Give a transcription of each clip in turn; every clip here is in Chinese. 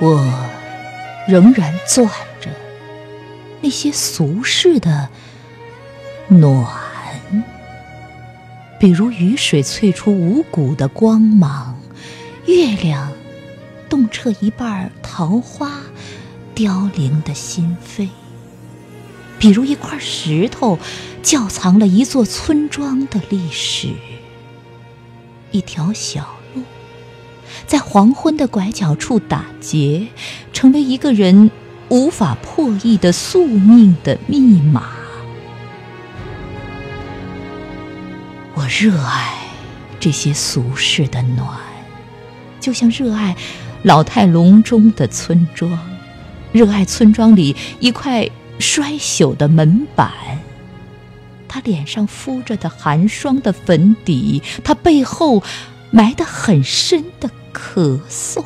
我仍然攥着那些俗世的暖，比如雨水萃出五谷的光芒，月亮洞彻一半桃花凋零的心扉，比如一块石头窖藏了一座村庄的历史，一条小路在黄昏的拐角处打结，成为一个人无法破译的宿命的密码。我热爱这些俗世的暖，就像热爱老态龙钟的村庄，热爱村庄里一块衰朽的门板，他脸上敷着的寒霜的粉底，他背后埋得很深的咳嗽。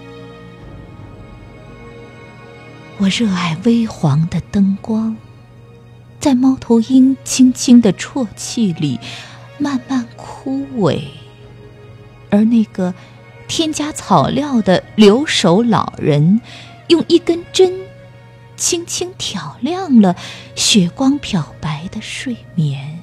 我热爱微黄的灯光，在猫头鹰轻轻的啜泣里慢慢枯萎，而那个添加草料的留守老人用一根针轻轻挑亮了雪光漂白的睡眠。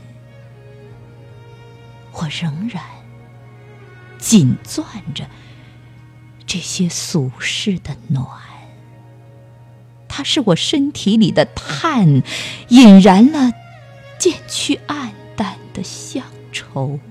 我仍然紧攥着这些俗世的暖，它是我身体里的炭，引燃了渐趋暗淡的乡愁。